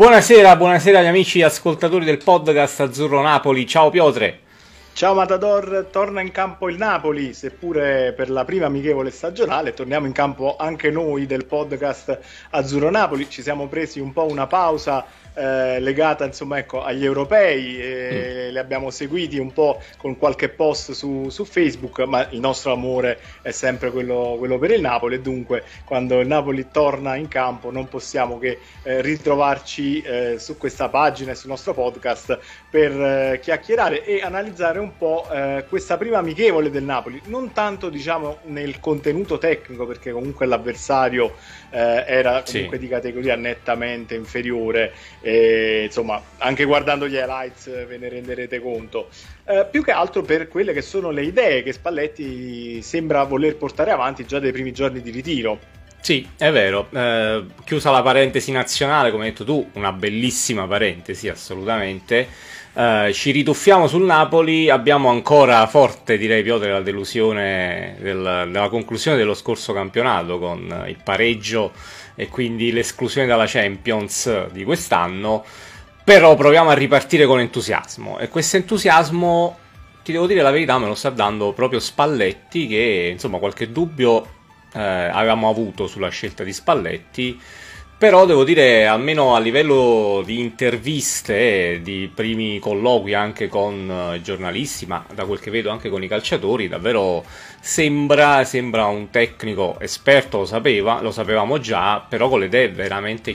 Buonasera, buonasera agli amici ascoltatori del podcast Azzurro Napoli. Ciao Piotre. Ciao Matador, torna in campo il Napoli, seppure per la prima amichevole stagionale, torniamo in campo anche noi del podcast Azzurro Napoli. Ci siamo presi un po' una pausa legata insomma ecco agli europei, li abbiamo seguiti un po' con qualche post su Facebook, ma il nostro amore è sempre quello per il Napoli, e dunque quando il Napoli torna in campo non possiamo che ritrovarci su questa pagina e sul nostro podcast per chiacchierare e analizzare un po' questa prima amichevole del Napoli, non tanto diciamo nel contenuto tecnico, perché comunque l'avversario era comunque di categoria nettamente inferiore, e insomma anche guardando gli highlights ve ne renderete conto, più che altro per quelle che sono le idee che Spalletti sembra voler portare avanti già dai primi giorni di ritiro. Sì, è vero, chiusa la parentesi nazionale, come hai detto tu, una bellissima parentesi, assolutamente. Ci rituffiamo sul Napoli, abbiamo ancora forte, direi Piotr, la delusione della conclusione dello scorso campionato con il pareggio e quindi l'esclusione dalla Champions di quest'anno, però proviamo a ripartire con entusiasmo, e questo entusiasmo, ti devo dire la verità, me lo sta dando proprio Spalletti, che insomma qualche dubbio avevamo avuto sulla scelta di Spalletti, però devo dire, almeno a livello di interviste, di primi colloqui anche con i giornalisti, ma da quel che vedo anche con i calciatori, davvero sembra un tecnico esperto, lo sapevamo già, però con le idee veramente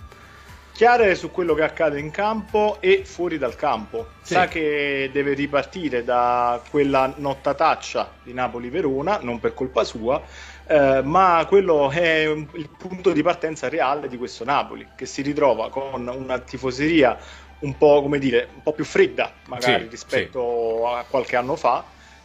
Chiare su quello che accade in campo e fuori dal campo. Sì. Sa che deve ripartire da quella nottataccia di Napoli-Verona, non per colpa sua, ma quello è il punto di partenza reale di questo Napoli, che si ritrova con una tifoseria un po', come dire, un po' più fredda magari rispetto a qualche anno fa,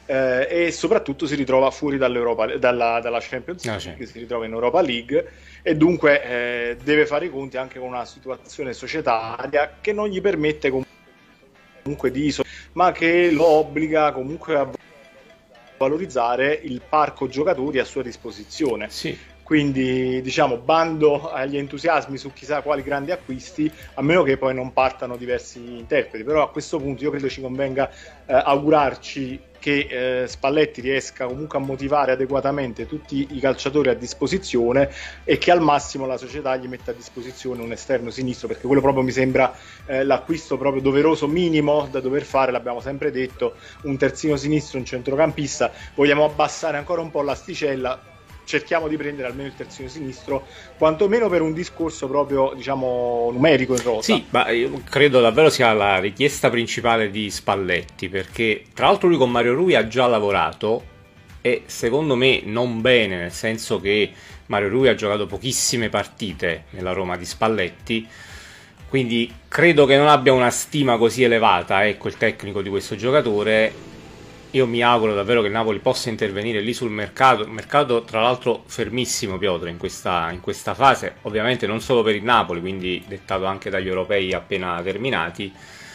e soprattutto si ritrova fuori dalla Champions League, che si ritrova in Europa League, e dunque deve fare i conti anche con una situazione societaria che non gli permette comunque ma che lo obbliga comunque a valorizzare il parco giocatori a sua disposizione. Sì. Quindi diciamo bando agli entusiasmi su chissà quali grandi acquisti, a meno che poi non partano diversi interpreti. Però a questo punto io credo ci convenga augurarci che Spalletti riesca comunque a motivare adeguatamente tutti i calciatori a disposizione, e che al massimo la società gli metta a disposizione un esterno sinistro, perché quello proprio mi sembra l'acquisto proprio doveroso, minimo da dover fare. L'abbiamo sempre detto: un terzino sinistro, un centrocampista. Vogliamo abbassare ancora un po' l'asticella, cerchiamo di prendere almeno il terzino sinistro, quantomeno per un discorso proprio diciamo numerico in rosa. Sì, ma io credo davvero sia la richiesta principale di Spalletti, perché tra l'altro lui con Mario Rui ha già lavorato, e secondo me non bene, nel senso che Mario Rui ha giocato pochissime partite nella Roma di Spalletti, quindi credo che non abbia una stima così elevata, ecco, il tecnico di questo giocatore. Io mi auguro davvero che il Napoli possa intervenire lì sul mercato tra l'altro fermissimo, Piotr, in questa fase, ovviamente non solo per il Napoli, quindi dettato anche dagli europei appena terminati,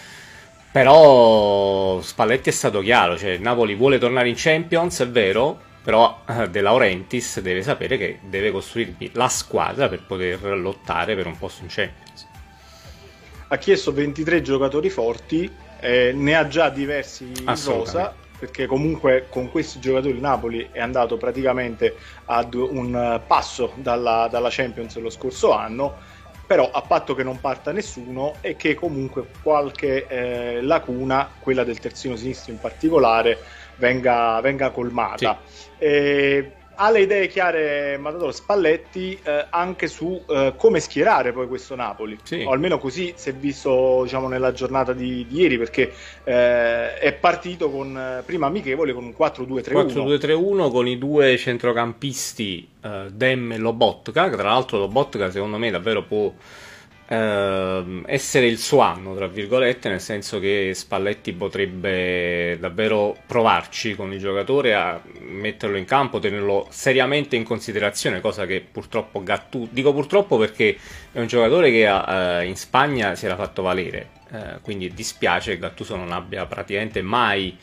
però Spalletti è stato chiaro, cioè il Napoli vuole tornare in Champions, è vero, però De Laurentiis deve sapere che deve costruirvi la squadra per poter lottare per un posto in Champions. Ha chiesto 23 giocatori forti, ne ha già diversi in rosa, perché comunque con questi giocatori il Napoli è andato praticamente ad un passo dalla Champions lo scorso anno, però a patto che non parta nessuno e che comunque qualche lacuna, quella del terzino sinistro in particolare, venga colmata. Sì. Ha le idee chiare Matador Spalletti anche su come schierare poi questo Napoli, o almeno così si è visto diciamo nella giornata di ieri, perché è partito con prima amichevole con un 4-2-3-1 4-2-3-1 con i due centrocampisti Dem e Lobotka, che tra l'altro Lobotka secondo me davvero può essere il suo anno, tra virgolette, nel senso che Spalletti potrebbe davvero provarci con il giocatore, a metterlo in campo, tenerlo seriamente in considerazione, cosa che purtroppo Gattuso, dico purtroppo perché è un giocatore che in Spagna si era fatto valere, quindi dispiace che Gattuso non abbia praticamente mai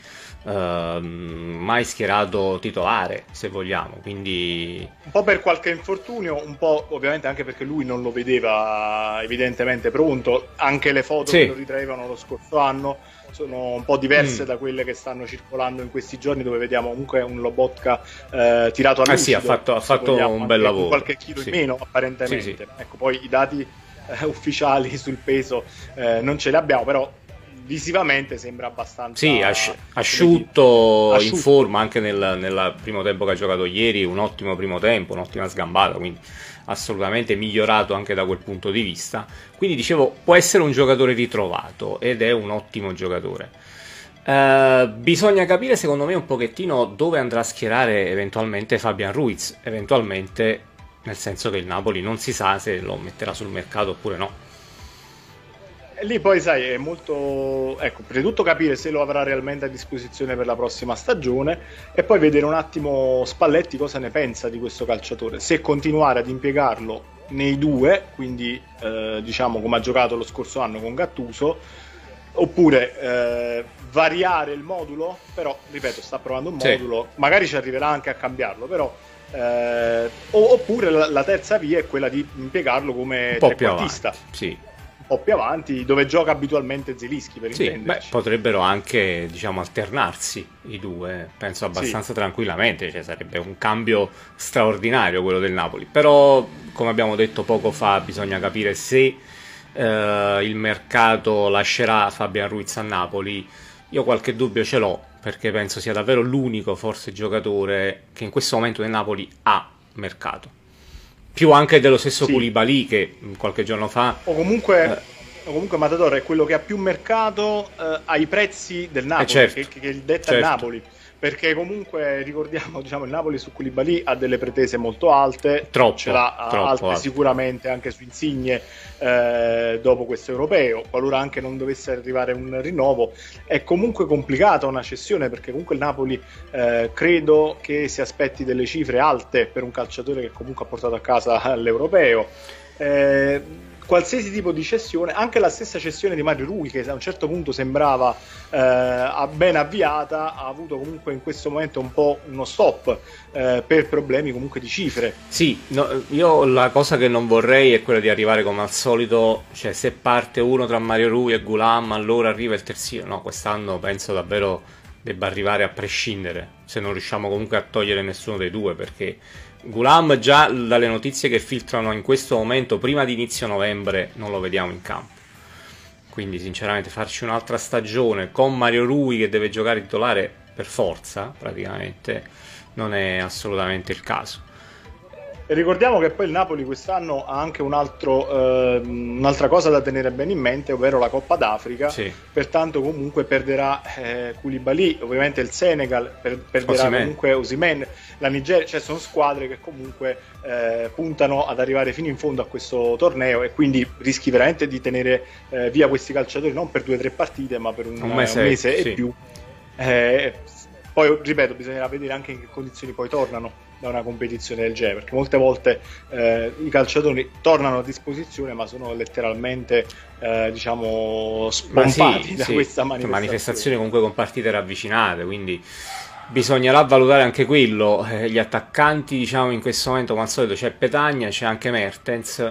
mai schierato titolare, se vogliamo, quindi un po' per qualche infortunio, un po' ovviamente anche perché lui non lo vedeva evidentemente pronto. Anche le foto che lo ritraevano lo scorso anno sono un po' diverse da quelle che stanno circolando in questi giorni, dove vediamo comunque un Lobotka tirato a lucido. Sì, ha fatto un bel lavoro, qualche chilo in meno apparentemente. Ecco, poi i dati ufficiali sul peso non ce li abbiamo, però visivamente sembra abbastanza asciutto, in forma anche nel primo tempo che ha giocato ieri, un ottimo primo tempo, un'ottima sgambata, quindi assolutamente migliorato anche da quel punto di vista. Quindi dicevo, può essere un giocatore ritrovato ed è un ottimo giocatore. Bisogna capire secondo me un pochettino dove andrà a schierare eventualmente Fabian Ruiz, eventualmente, nel senso che il Napoli non si sa se lo metterà sul mercato oppure no. E lì poi sai, è molto, ecco, prima di tutto capire se lo avrà realmente a disposizione per la prossima stagione e poi vedere un attimo Spalletti cosa ne pensa di questo calciatore, se continuare ad impiegarlo nei due, quindi diciamo come ha giocato lo scorso anno con Gattuso, oppure variare il modulo, però ripeto, sta provando un modulo, magari ci arriverà anche a cambiarlo, però oppure la terza via è quella di impiegarlo come trequartista. Un po' più avanti, dove gioca abitualmente Zielinski, per intenderci. Potrebbero anche, diciamo, alternarsi i due, penso abbastanza tranquillamente, cioè sarebbe un cambio straordinario quello del Napoli, però come abbiamo detto poco fa bisogna capire se il mercato lascerà Fabian Ruiz a Napoli. Io qualche dubbio ce l'ho, perché penso sia davvero l'unico forse giocatore che in questo momento nel Napoli ha mercato, più anche dello stesso Koulibaly che qualche giorno fa o comunque Matador è quello che ha più mercato ai prezzi del Napoli, che detta il Napoli, perché comunque ricordiamo, diciamo, il Napoli su Koulibaly ha delle pretese molto alte, ce l'ha alte sicuramente anche su Insigne dopo questo europeo, qualora anche non dovesse arrivare un rinnovo. È comunque complicata una cessione, perché comunque il Napoli credo che si aspetti delle cifre alte per un calciatore che comunque ha portato a casa l'europeo. Qualsiasi tipo di cessione, anche la stessa cessione di Mario Rui, che a un certo punto sembrava ben avviata, ha avuto comunque in questo momento un po' uno stop per problemi comunque di cifre. Io la cosa che non vorrei è quella di arrivare come al solito, cioè se parte uno tra Mario Rui e Gulam allora arriva il terzino. No, quest'anno penso davvero debba arrivare a prescindere, se non riusciamo comunque a togliere nessuno dei due, perché Gulam già dalle notizie che filtrano in questo momento, prima di inizio novembre, non lo vediamo in campo. Quindi sinceramente farci un'altra stagione con Mario Rui che deve giocare titolare per forza, praticamente, non è assolutamente il caso. E ricordiamo che poi il Napoli quest'anno ha anche un'altra cosa da tenere bene in mente, ovvero la Coppa d'Africa. Pertanto comunque perderà Koulibaly, ovviamente il Senegal, perderà comunque Osimhen, la Nigeria, cioè sono squadre che comunque puntano ad arrivare fino in fondo a questo torneo, e quindi rischi veramente di tenere via questi calciatori non per 2 o 3 partite, ma per un mese e più. Poi ripeto, bisognerà vedere anche in che condizioni poi tornano da una competizione del genere, perché molte volte i calciatori tornano a disposizione ma sono letteralmente diciamo spompati da questa manifestazione comunque con partite ravvicinate, quindi bisognerà valutare anche quello. Gli attaccanti, diciamo, in questo momento come al solito c'è Petagna, c'è anche Mertens,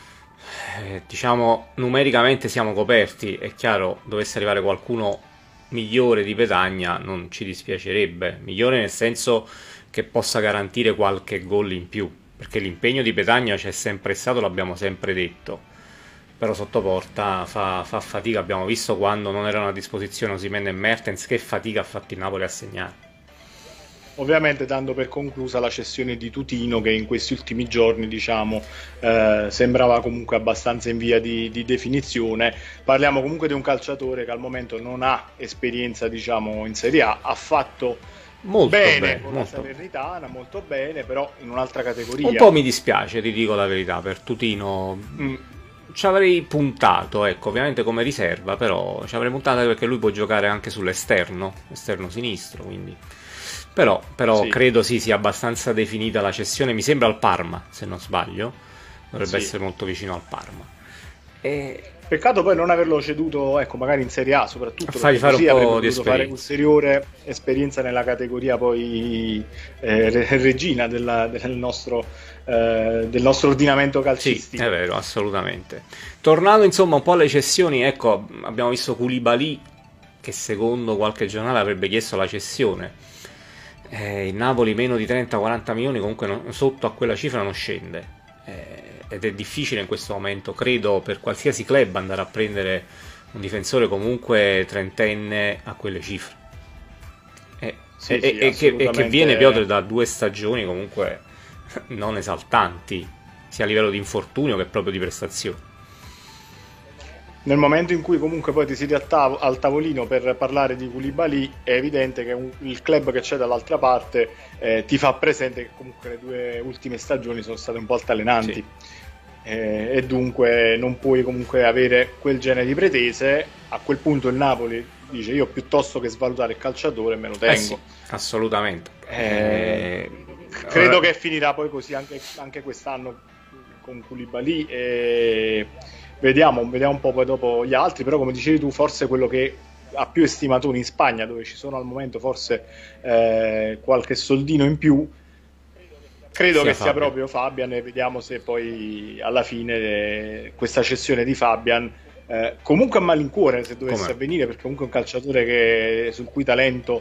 diciamo numericamente siamo coperti. È chiaro, dovesse arrivare qualcuno migliore di Petagna non ci dispiacerebbe, migliore nel senso che possa garantire qualche gol in più, perché l'impegno di Petagna c'è sempre stato, l'abbiamo sempre detto, però sotto porta fa fatica. Abbiamo visto quando non erano a disposizione Osimhen e Mertens che fatica ha fatto il Napoli a segnare. Ovviamente dando per conclusa la cessione di Tutino, che in questi ultimi giorni, diciamo, sembrava comunque abbastanza in via di definizione. Parliamo comunque di un calciatore che al momento non ha esperienza, diciamo, in Serie A, ha fatto molto bene con la Salernitana, molto bene, però in un'altra categoria. Un po' mi dispiace, ti dico la verità, per Tutino. Ci avrei puntato, ecco, ovviamente come riserva, però ci avrei puntato perché lui può giocare anche sull'esterno, esterno sinistro, quindi. Però credo sia abbastanza definita la cessione. Mi sembra al Parma, se non sbaglio, dovrebbe essere molto vicino al Parma. Peccato poi non averlo ceduto, ecco, magari in Serie A, soprattutto Fargli perché fare un così avrebbe po' di potuto fare esperienza. ulteriore esperienza nella categoria poi regina del nostro ordinamento Sì, è calcistico. vero, assolutamente. Tornando insomma un po' alle cessioni, ecco, abbiamo visto Koulibaly che secondo qualche giornale avrebbe chiesto la cessione. Il Napoli meno di 30-40 milioni, comunque sotto a quella cifra non scende. Ed è difficile in questo momento, credo, per qualsiasi club andare a prendere un difensore comunque trentenne a quelle cifre. Sì, sì, E che viene Piotr assolutamente. da 2 stagioni comunque non esaltanti, sia a livello di infortunio che proprio di prestazione. Nel momento in cui comunque poi ti siedi al tavolino per parlare di Koulibaly, è evidente che il club che c'è dall'altra parte ti fa presente che comunque le 2 ultime stagioni sono state un po' Sì, altalenanti, e dunque non puoi comunque avere quel genere di pretese. A quel punto il Napoli dice: io piuttosto che svalutare il calciatore me lo eh sì, tengo. assolutamente. Eh, Ora- Credo che finirà poi così anche quest'anno con Koulibaly, e vediamo un po' poi dopo gli altri, però come dicevi tu forse quello che ha più estimatori in Spagna, dove ci sono al momento forse qualche soldino in più, credo sia che sia Fabian. proprio Fabian, e vediamo se poi alla fine questa cessione di Fabian comunque a malincuore se dovesse Com'è? avvenire, perché comunque è un calciatore sul cui talento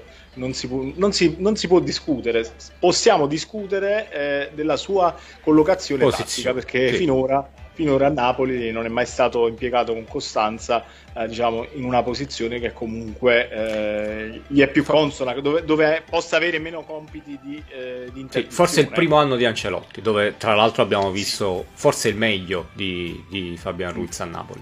non si può discutere. Possiamo discutere della sua collocazione tattica, Posizione, perché sì. finora a Napoli non è mai stato impiegato con costanza, diciamo, in una posizione che comunque gli è più Fo- consona, dove possa avere meno compiti di sì, forse il interdizione, primo ecco. anno di Ancelotti, dove tra l'altro abbiamo Sì, visto forse il meglio di Fabian mm, Ruiz a Napoli.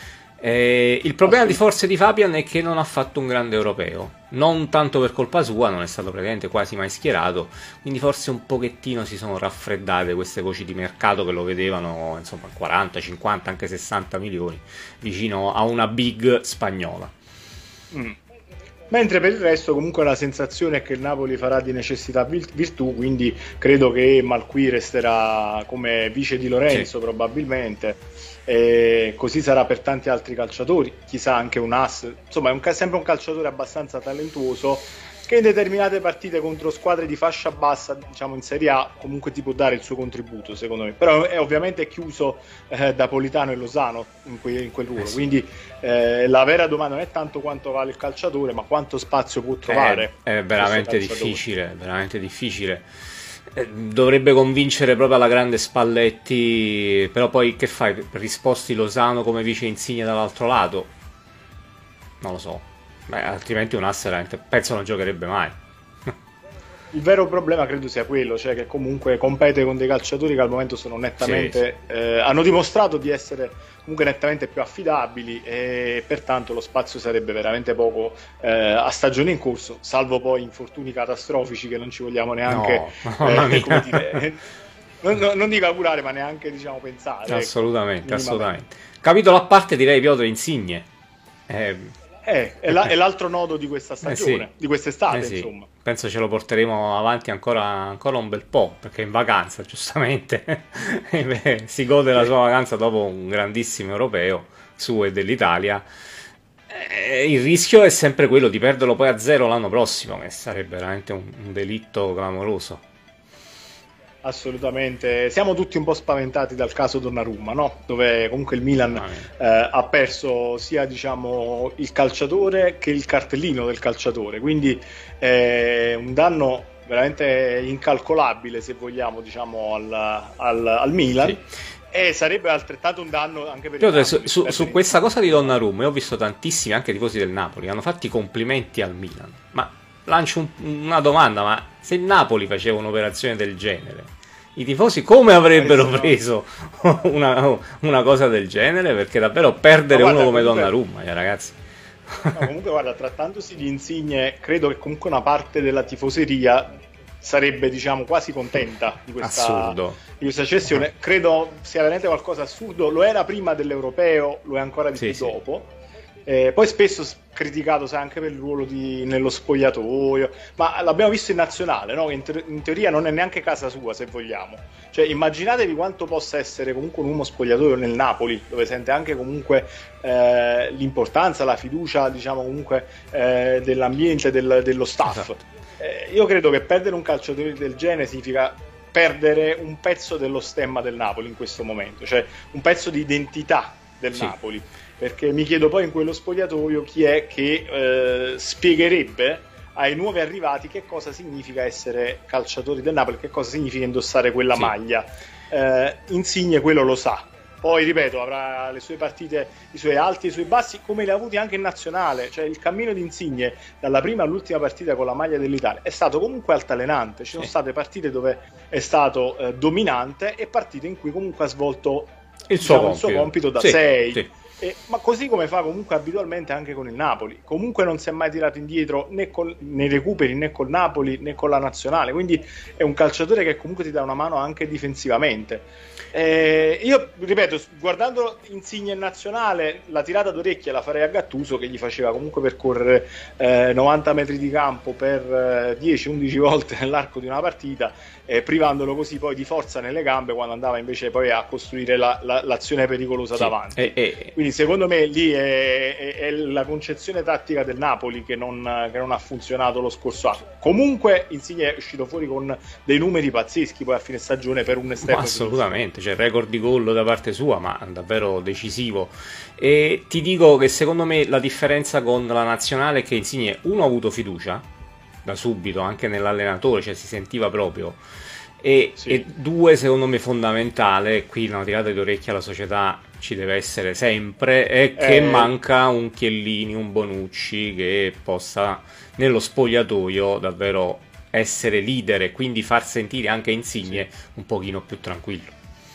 Il problema di assolutamente. forse di Fabian è che non ha fatto un grande europeo, non tanto per colpa sua, non è stato praticamente quasi mai schierato, quindi forse un pochettino si sono raffreddate queste voci di mercato che lo vedevano insomma 40, 50, anche 60 milioni vicino a una big spagnola. Mm. Mentre per il resto comunque la sensazione è che il Napoli farà di necessità virtù, quindi credo che Malqui resterà come vice di Sì, Lorenzo probabilmente, e così sarà per tanti altri calciatori, chissà anche un As, insomma è sempre un calciatore abbastanza talentuoso che in determinate partite contro squadre di fascia bassa, diciamo in Serie A, comunque ti può dare il suo contributo secondo me, però è ovviamente chiuso da Politano e Lozano in quel eh ruolo, sì. quindi la vera domanda non è tanto quanto vale il calciatore, ma quanto spazio può trovare È questo veramente calciatore. difficile, veramente difficile. Dovrebbe convincere proprio alla grande Spalletti, però poi che fai? Risposti Lozano come vice Insigne dall'altro lato? Non lo so. Beh, altrimenti un asse veramente penso non giocherebbe mai. Il vero problema credo sia quello, cioè che comunque compete con dei calciatori che al momento sono Sì, sì. nettamente, hanno dimostrato di essere comunque nettamente più affidabili, e pertanto lo spazio sarebbe veramente poco a stagione in corso, salvo poi infortuni catastrofici che non ci vogliamo neanche, No, mamma come mia. dire, non dico augurare, ma neanche diciamo pensare, ecco, Assolutamente, minimamente. assolutamente. Capitolo a parte direi Piotr Insigne. Eh, È l'altro nodo di questa sì, stagione, di eh quest'estate, sì. insomma. Penso ce lo porteremo avanti ancora un bel po', perché è in vacanza, giustamente. E beh, si gode la Sì. sua vacanza dopo un grandissimo europeo, suo e dell'Italia. Il rischio è sempre quello di perderlo poi a zero l'anno prossimo, che sarebbe veramente un delitto clamoroso. Assolutamente, siamo tutti un po' spaventati dal caso Donnarumma, no? Dove comunque il Milan Mamma mia. ha perso sia diciamo, il calciatore che il cartellino del calciatore, quindi un danno veramente incalcolabile se vogliamo diciamo, al Milan, Sì. e sarebbe altrettanto un danno anche per il Piotr, Napoli su perdere in questa cosa di Champions. Donnarumma, io ho visto tantissimi anche tifosi del Napoli che hanno fatto i complimenti al Milan. Ma lancio una domanda, ma se il Napoli faceva un'operazione del genere, i tifosi come avrebbero Sì, no. preso una cosa del genere? Perché davvero Ma perdere uno guarda, come comunque Donnarumma, ragazzi. no, comunque guarda, trattandosi di Insigne, credo che comunque una parte della tifoseria sarebbe, diciamo, quasi contenta Assurdo. di questa cessione. Credo sia veramente qualcosa assurdo. Lo era prima dell'Europeo, lo è ancora di Sì, più sì. dopo. Poi spesso criticato, sai, anche per il ruolo nello spogliatoio, ma l'abbiamo visto in nazionale, no? In teoria non è neanche casa sua, se vogliamo. Cioè, immaginatevi quanto possa essere comunque un uomo spogliatoio nel Napoli, dove sente anche comunque l'importanza, la fiducia, diciamo, comunque dell'ambiente, dello staff. Esatto. Io credo che perdere un calciatore del genere significa perdere un pezzo dello stemma del Napoli in questo momento, cioè un pezzo di identità del Napoli, perché mi chiedo poi in quello spogliatoio chi è che spiegherebbe ai nuovi arrivati che cosa significa essere calciatori del Napoli, che cosa significa indossare quella maglia. Insigne quello lo sa. Poi, ripeto, avrà le sue partite, i suoi alti e i suoi bassi, come li ha avuti anche in nazionale. Cioè, il cammino di Insigne dalla prima all'ultima partita con la maglia dell'Italia è stato comunque altalenante. Ci sono state partite dove è stato dominante e partite in cui comunque ha svolto il suo compito da 6. Ma così come fa comunque abitualmente anche con il Napoli. Comunque non si è mai tirato indietro né nei recuperi, né col Napoli, né con la nazionale. Quindi è un calciatore che comunque ti dà una mano anche difensivamente. Io ripeto, guardando Insigne in nazionale, la tirata d'orecchia la farei a Gattuso, che gli faceva comunque percorrere 90 metri di campo per 10-11 volte nell'arco di una partita, privandolo così poi di forza nelle gambe quando andava invece poi a costruire l'azione pericolosa davanti. Quindi secondo me lì è la concezione tattica del Napoli che non ha funzionato lo scorso anno. Comunque Insigne è uscito fuori con dei numeri pazzeschi poi a fine stagione per un esterno. Assolutamente, c'è record di gol da parte sua, ma davvero decisivo. E ti dico che secondo me la differenza con la nazionale è che Insigne, uno, ha avuto fiducia da subito anche nell'allenatore, cioè si sentiva proprio, e due, secondo me fondamentale, qui una tirata di orecchia alla società ci deve essere sempre, è che manca un Chiellini, un Bonucci che possa nello spogliatoio davvero essere leader e quindi far sentire anche Insigne un pochino più tranquillo.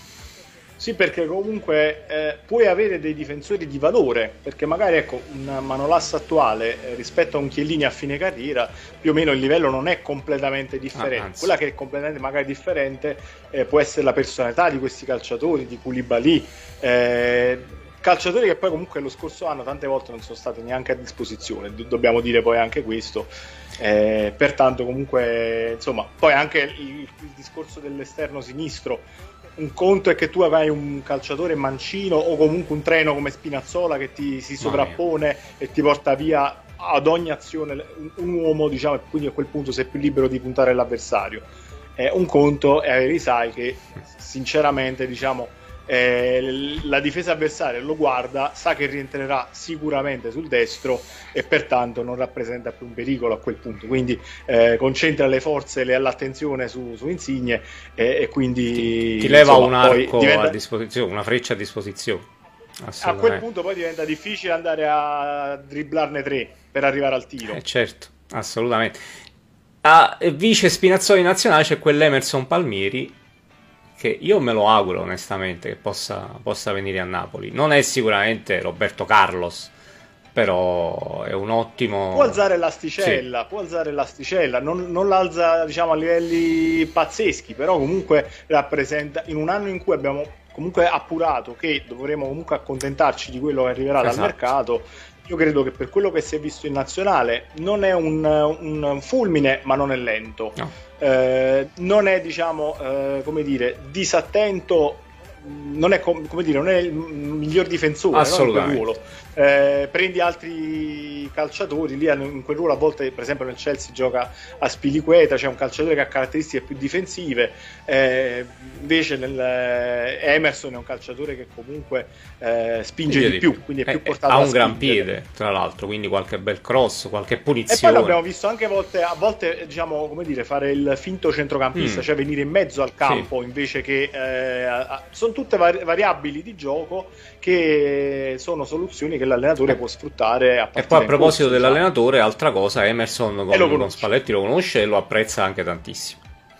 Sì, perché comunque puoi avere dei difensori di valore, perché magari ecco un Manolas attuale rispetto a un Chiellini a fine carriera più o meno il livello non è completamente differente. Quella che è completamente magari differente può essere la personalità di questi calciatori, di Koulibaly, calciatori che poi comunque lo scorso anno tante volte non sono stati neanche a disposizione, dobbiamo dire poi anche questo. Pertanto comunque insomma poi anche il discorso dell'esterno sinistro, un conto è che tu avrai un calciatore mancino o comunque un treno come Spinazzola che si sovrappone e ti porta via ad ogni azione un uomo, diciamo, e quindi a quel punto sei più libero di puntare all'avversario. Un conto è avere Isai che sinceramente, diciamo, la difesa avversaria lo guarda, sa che rientrerà sicuramente sul destro e pertanto non rappresenta più un pericolo a quel punto, quindi concentra le forze e l'attenzione su Insigne e quindi ti leva un arco a disposizione, una freccia a disposizione. A quel punto poi diventa difficile andare a dribblarne 3 per arrivare al tiro. Certo, assolutamente. A vice Spinazzola in nazionale c'è quell'Emerson Palmieri, che io me lo auguro onestamente che possa venire a Napoli. Non è sicuramente Roberto Carlos, però è un ottimo... Può alzare l'asticella, non l'alza, diciamo, a livelli pazzeschi, però comunque rappresenta, in un anno in cui abbiamo comunque appurato che dovremo comunque accontentarci di quello che arriverà dal mercato. Io credo che per quello che si è visto in nazionale non è un fulmine, ma non è lento. No. Non è, diciamo, come dire, disattento, non è come dire, non è il miglior difensore, assolutamente, no, in quel ruolo. Prendi altri calciatori lì in quel ruolo, a volte per esempio nel Chelsea gioca a Spilicueta, c'è un calciatore che ha caratteristiche più difensive, invece Emerson è un calciatore che comunque spinge di più, quindi è più portato ha a un gran piede, tra l'altro, quindi qualche bel cross, qualche punizione. E poi l'abbiamo visto anche a volte diciamo, come dire, fare il finto centrocampista, cioè venire in mezzo al campo invece che sono tutte variabili di gioco che sono soluzioni che l'allenatore può sfruttare a e poi a proposito dell'allenatore, altra cosa, Emerson con Spalletti lo conosce e lo apprezza anche tantissimo.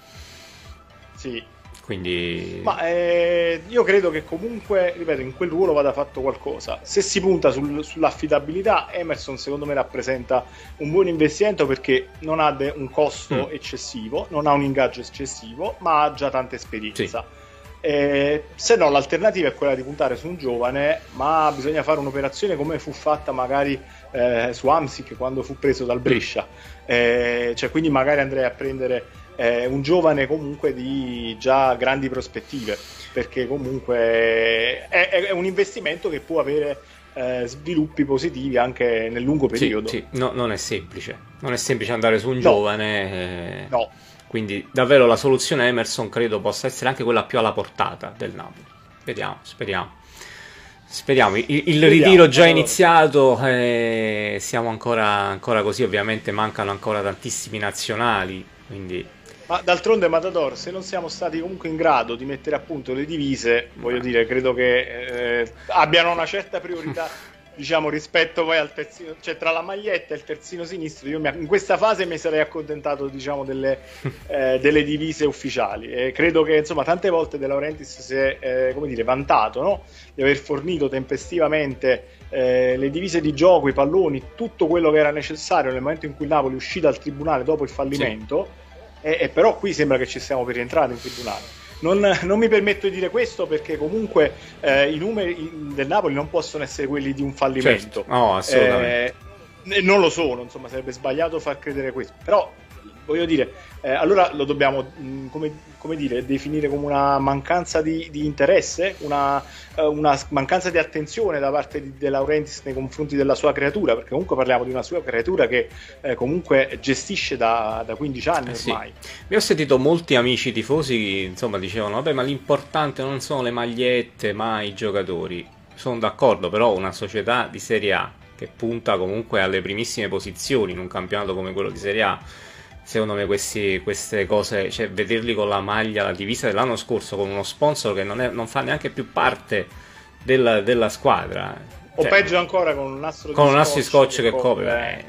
Sì. Quindi... Ma io credo che comunque, ripeto, in quel ruolo vada fatto qualcosa. Se si punta sull'affidabilità, Emerson secondo me rappresenta un buon investimento perché non ha un costo eccessivo, non ha un ingaggio eccessivo, ma ha già tanta esperienza. Se no, l'alternativa è quella di puntare su un giovane, ma bisogna fare un'operazione come fu fatta magari su Hamsik quando fu preso dal Brescia. Cioè, quindi magari andrei a prendere un giovane comunque di già grandi prospettive, perché comunque è un investimento che può avere sviluppi positivi anche nel lungo periodo. Sì, no, non è semplice andare su un giovane. No. Quindi davvero la soluzione Emerson credo possa essere anche quella più alla portata del Napoli. Vediamo, speriamo. Il ritiro già iniziato, siamo ancora così, ovviamente mancano ancora tantissimi nazionali, quindi... Ma d'altronde, Matador, se non siamo stati comunque in grado di mettere a punto le divise, voglio dire, credo che abbiano una certa priorità, diciamo, rispetto poi al terzino, cioè tra la maglietta e il terzino sinistro. Io in questa fase mi sarei accontentato, diciamo, delle divise ufficiali. Credo che, insomma, tante volte De Laurentiis si è, come dire, vantato, no? Di aver fornito tempestivamente le divise di gioco, i palloni, tutto quello che era necessario nel momento in cui il Napoli uscì dal tribunale dopo il fallimento. Sì. Però qui sembra che ci stiamo per rientrare in tribunale. Non mi permetto di dire questo perché comunque i numeri del Napoli non possono essere quelli di un fallimento. Certo. No, assolutamente. Non lo sono, insomma, sarebbe sbagliato far credere questo. Però voglio dire, allora lo dobbiamo come dire, definire come una mancanza di interesse, una mancanza di attenzione da parte di De Laurentiis nei confronti della sua creatura, perché comunque parliamo di una sua creatura che comunque gestisce da 15 anni ormai. Sì. Mi ho sentito molti amici tifosi che, insomma, dicevano vabbè, ma l'importante non sono le magliette ma i giocatori. Sono d'accordo, però una società di Serie A che punta comunque alle primissime posizioni in un campionato come quello di Serie A, secondo me queste cose, cioè vederli con la maglia, la divisa dell'anno scorso con uno sponsor che non fa neanche più parte della squadra, o cioè, peggio ancora con un nastro di scotch che copre,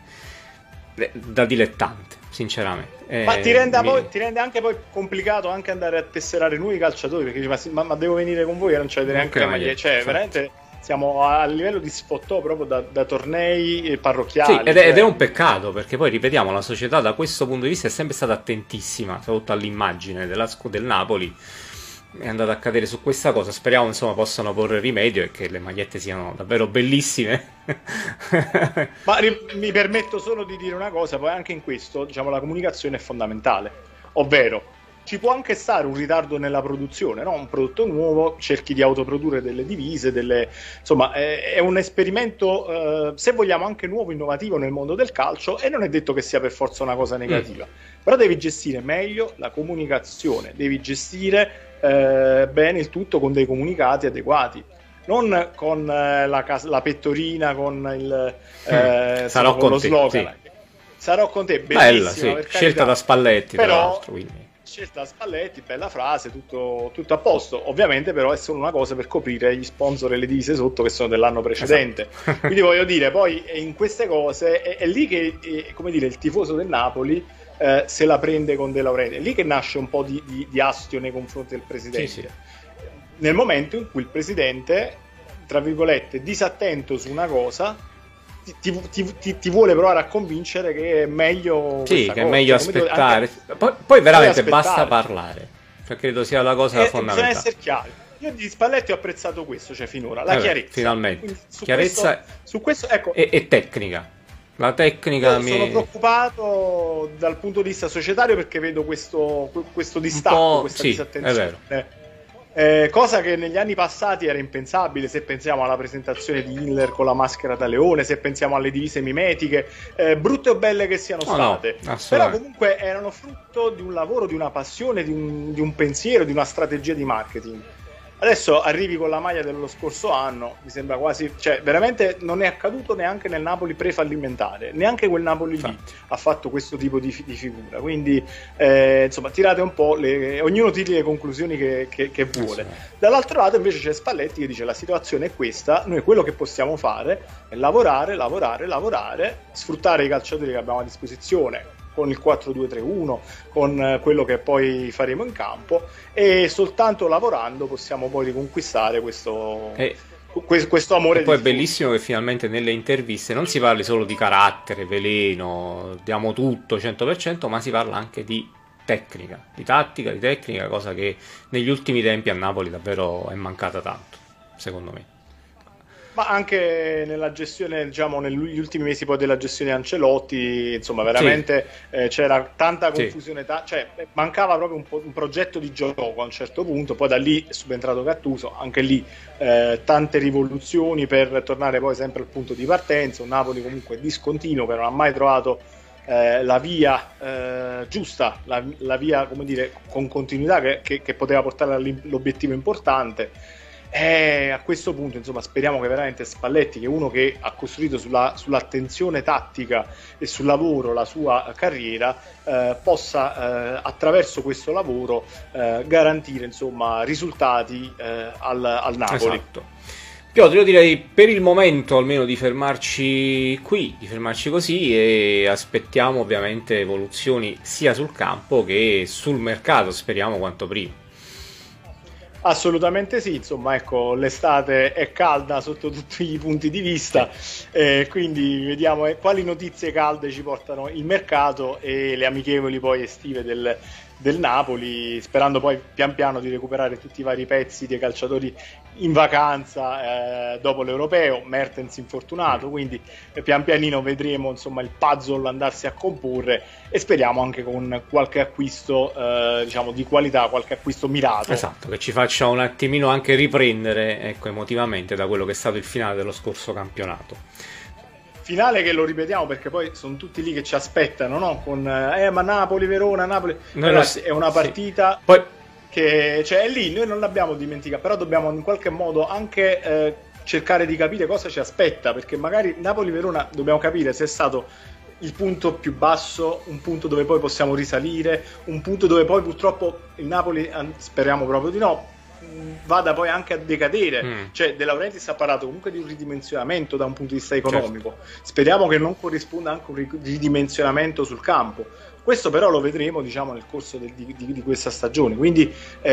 da dilettante, sinceramente. Ma ti rende anche poi complicato anche andare a tesserare nuovi calciatori, perché dici, ma devo venire con voi e non c'è neanche la maglia, cioè veramente siamo a livello di sfottò proprio da tornei parrocchiali. Sì, ed è un peccato, perché poi ripetiamo, la società da questo punto di vista è sempre stata attentissima, soprattutto all'immagine del Napoli, è andata a cadere su questa cosa. Speriamo, insomma, possano porre rimedio e che le magliette siano davvero bellissime. Ma mi permetto solo di dire una cosa, poi anche in questo, diciamo, la comunicazione è fondamentale, ovvero ci può anche stare un ritardo nella produzione, no? Un prodotto nuovo, cerchi di autoprodurre delle divise, insomma, è un esperimento, se vogliamo, anche nuovo, innovativo nel mondo del calcio, e non è detto che sia per forza una cosa negativa. Però devi gestire meglio la comunicazione, devi gestire bene il tutto con dei comunicati adeguati. Non con la pettorina, con sarò con lo te, slogan. Sì. Sarò con te, bella, sì. Scelta da Spalletti, però, tra l'altro, quindi. Scelta da Spalletti, bella frase, tutto a posto. Ovviamente però è solo una cosa per coprire gli sponsor e le divise sotto che sono dell'anno precedente. Esatto. Quindi voglio dire, poi in queste cose è lì che, come dire, il tifoso del Napoli se la prende con De Laurentiis. È lì che nasce un po' di astio nei confronti del presidente. Sì. Nel momento in cui il presidente, tra virgolette, disattento su una cosa, ti vuole provare a convincere che è meglio, sì, che è meglio aspettare. Poi veramente basta parlare, cioè, credo sia la cosa fondamentale. Bisogna essere chiari. Io di Spalletti ho apprezzato questo, cioè finora la chiarezza. Finalmente chiarezza su questo, ecco, e tecnica. La tecnica sono preoccupato dal punto di vista societario, perché vedo questo distacco, questa disattenzione. È vero. Cosa che negli anni passati era impensabile, se pensiamo alla presentazione di Hiller con la maschera da leone, se pensiamo alle divise mimetiche, brutte o belle che siano state, però comunque erano frutto di un lavoro, di una passione, di un pensiero, di una strategia di marketing. Adesso arrivi con la maglia dello scorso anno, mi sembra quasi, cioè veramente non è accaduto neanche nel Napoli pre-fallimentare, neanche quel Napoli lì ha fatto questo tipo di figura, quindi insomma tirate un po', ognuno tiri le conclusioni che vuole. Dall'altro lato invece c'è Spalletti che dice la situazione è questa, noi quello che possiamo fare è lavorare, sfruttare i calciatori che abbiamo a disposizione con il 4-2-3-1, con quello che poi faremo in campo, e soltanto lavorando possiamo poi riconquistare questo amore. E poi è bellissimo che finalmente nelle interviste non si parli solo di carattere, veleno, diamo tutto 100%, ma si parla anche di di tattica, di tecnica, cosa che negli ultimi tempi a Napoli davvero è mancata tanto, secondo me. Ma anche nella gestione, diciamo, negli ultimi mesi poi della gestione Ancelotti, insomma, veramente c'era tanta confusione, cioè mancava proprio un progetto di gioco a un certo punto, poi da lì è subentrato Gattuso, anche lì tante rivoluzioni per tornare poi sempre al punto di partenza, un Napoli comunque discontinuo che non ha mai trovato la via giusta, la via, come dire, con continuità che poteva portare all'obiettivo importante. A questo punto, insomma, speriamo che veramente Spalletti, che è uno che ha costruito sull'attenzione tattica e sul lavoro la sua carriera, possa attraverso questo lavoro garantire, insomma, risultati al Napoli. Esatto. Piotr, io direi per il momento almeno di fermarci qui, di fermarci così, e aspettiamo ovviamente evoluzioni sia sul campo che sul mercato, speriamo quanto prima. Assolutamente sì, insomma, ecco, l'estate è calda sotto tutti i punti di vista, quindi vediamo quali notizie calde ci portano il mercato e le amichevoli poi estive del Napoli, sperando poi pian piano di recuperare tutti i vari pezzi dei calciatori in vacanza dopo l'Europeo, Mertens infortunato, quindi pian pianino vedremo, insomma, il puzzle andarsi a comporre, e speriamo anche con qualche acquisto diciamo di qualità, qualche acquisto mirato. Esatto, che ci faccia un attimino anche riprendere, ecco, emotivamente da quello che è stato il finale dello scorso campionato. Finale che lo ripetiamo perché poi sono tutti lì che ci aspettano, no? Con ma Napoli, Verona, Napoli, ragazzi, è una partita poi che, cioè, è lì, noi non l'abbiamo dimenticato, però dobbiamo in qualche modo anche cercare di capire cosa ci aspetta, perché magari Napoli-Verona dobbiamo capire se è stato il punto più basso, un punto dove poi possiamo risalire, un punto dove poi purtroppo il Napoli, speriamo proprio di no, vada poi anche a decadere. Cioè De Laurentiis ha parlato comunque di un ridimensionamento da un punto di vista economico, speriamo che non corrisponda anche un ridimensionamento sul campo. Questo però lo vedremo, diciamo, nel corso di questa stagione, quindi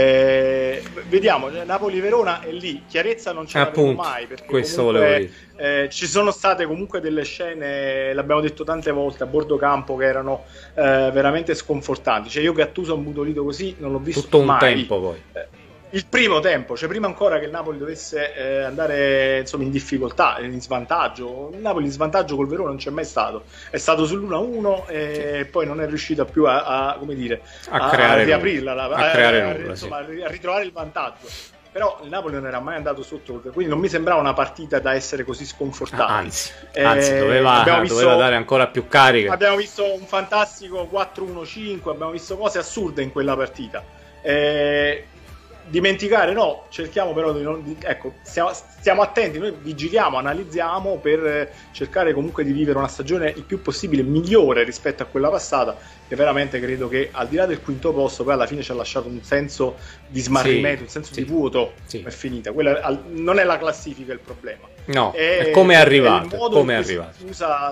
vediamo. Napoli-Verona è lì, chiarezza non ce l'avremo mai, perché questo comunque ci sono state comunque delle scene, l'abbiamo detto tante volte, a bordo campo che erano veramente sconfortanti. Cioè io Gattuso imbudolito così non l'ho visto tutto un mai. tempo poi. Il primo tempo, cioè prima ancora che il Napoli dovesse andare, insomma, in difficoltà, in svantaggio. Il Napoli in svantaggio col Verona non c'è mai stato, è stato sull'1-1 e poi non è riuscito più come dire, a riaprirla, a ritrovare il vantaggio. Però il Napoli non era mai andato sotto, quindi non mi sembrava una partita da essere così sconfortante. Anzi, doveva dare ancora più carica. Abbiamo visto un fantastico 4-1-5, abbiamo visto cose assurde in quella partita. Dimenticare no, cerchiamo però di non, ecco, stiamo attenti, noi vigiliamo, analizziamo per cercare comunque di vivere una stagione il più possibile migliore rispetto a quella passata, che veramente credo che al di là del quinto posto poi alla fine ci ha lasciato un senso di smarrimento, un senso di vuoto. È finita, quella non è la classifica il problema, no, è come è arrivato, come è arrivato. Si usa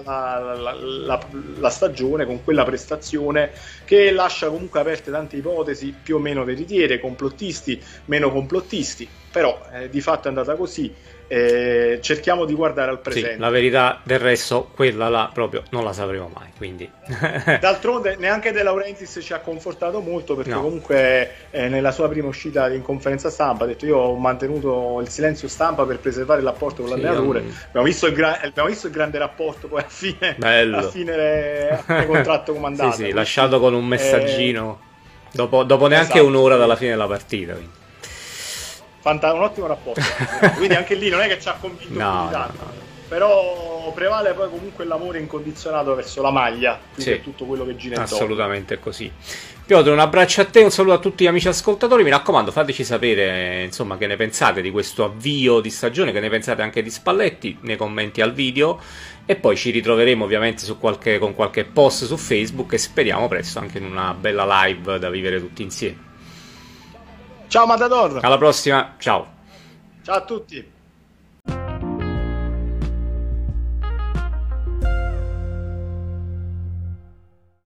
la stagione con quella prestazione che lascia comunque aperte tante ipotesi più o meno veritiere, complottisti, meno complottisti, però di fatto è andata così. Cerchiamo di guardare al presente. Sì, la verità del resto, quella là proprio non la sapremo mai, quindi. D'altronde neanche De Laurentiis ci ha confortato molto, perché comunque nella sua prima uscita in conferenza stampa ha detto: io ho mantenuto il silenzio stampa per preservare il rapporto con l'allenatore. Abbiamo visto il grande rapporto poi a fine contratto comandato. Sì, lasciato con un messaggino dopo neanche un'ora dalla fine della partita, quindi. Un ottimo rapporto. Quindi anche lì non è che ci ha convinto più di tanto. Però prevale poi comunque l'amore incondizionato verso la maglia, quindi tutto quello che gira intorno. Assolutamente è così. Piotr, un abbraccio a te, un saluto a tutti gli amici ascoltatori, mi raccomando, fateci sapere, insomma, che ne pensate di questo avvio di stagione, che ne pensate anche di Spalletti nei commenti al video, e poi ci ritroveremo ovviamente con qualche post su Facebook e speriamo presto anche in una bella live da vivere tutti insieme. Ciao Matador! Alla prossima, ciao! Ciao a tutti!